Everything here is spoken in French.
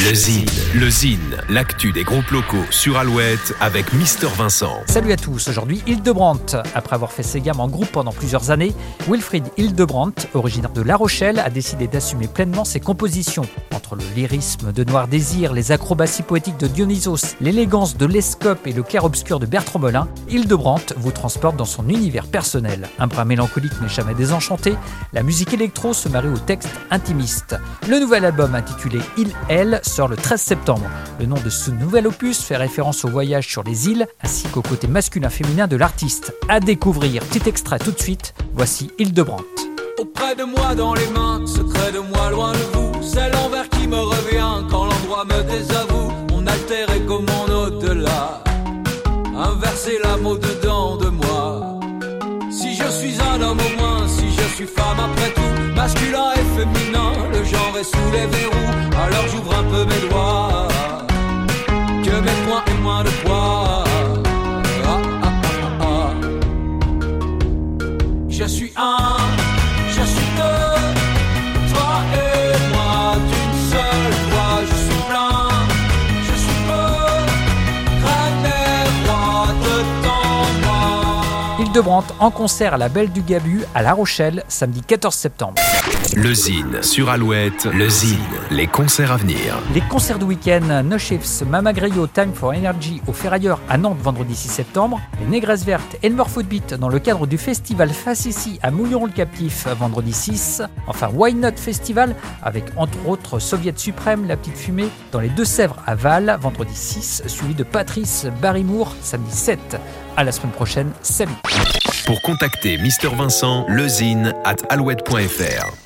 Le Zine, l'actu des groupes locaux sur Alouette avec Mister Vincent. Salut à tous, aujourd'hui Hildebrandt. Après avoir fait ses gammes en groupe pendant plusieurs années, Wilfried Hildebrandt, originaire de La Rochelle, a décidé d'assumer pleinement ses compositions. Entre le lyrisme de Noir Désir, les acrobaties poétiques de Dionysos, l'élégance de l'Escope et le clair-obscur de Bertrand Belin, Hildebrandt vous transporte dans son univers personnel. Un brin mélancolique mais jamais désenchanté, la musique électro se marie au texte intimiste. Le nouvel album intitulé Il-Elle sort le 13 septembre. Le nom de ce nouvel opus fait référence au voyage sur les îles ainsi qu'au côté masculin-féminin de l'artiste. À découvrir, petit extrait tout de suite, voici Hildebrandt. Auprès de moi dans les mains, secret de moi loin de vous, c'est l'envers qui me revient quand l'endroit me désavoue. Mon alter est comme mon au-delà, inverser l'âme au-dedans de moi. Si je suis un homme au moins, si je suis femme après tout, masculin et féminin, le genre est sous les verrous. Alors j'ouvre un peu mes doigts, que mes poings aient moins de poids. Je suis un, je suis deux, toi et moi d'une seule voix. Je suis plein, je suis peu, reine et roi de temps moi. Hildebrandt en concert à la Belle du Gabu à La Rochelle, samedi 14 septembre. Le Zine sur Alouette, le Zine, les concerts à venir. Les concerts du week-end, No Shifts, Mama Griot, Time for Energy au Ferrailleur à Nantes vendredi 6 septembre, les Négresses Vertes, Elmer Footbeat dans le cadre du festival Facici à Mouilleron-le-Captif vendredi 6, enfin Why Not Festival avec entre autres Soviet Suprême, La Petite Fumée dans les Deux-Sèvres à Val vendredi 6, suivi de Patrice Barrymore samedi 7. À la semaine prochaine, salut. Pour contacter Mister Vincent, lezine@alouette.fr.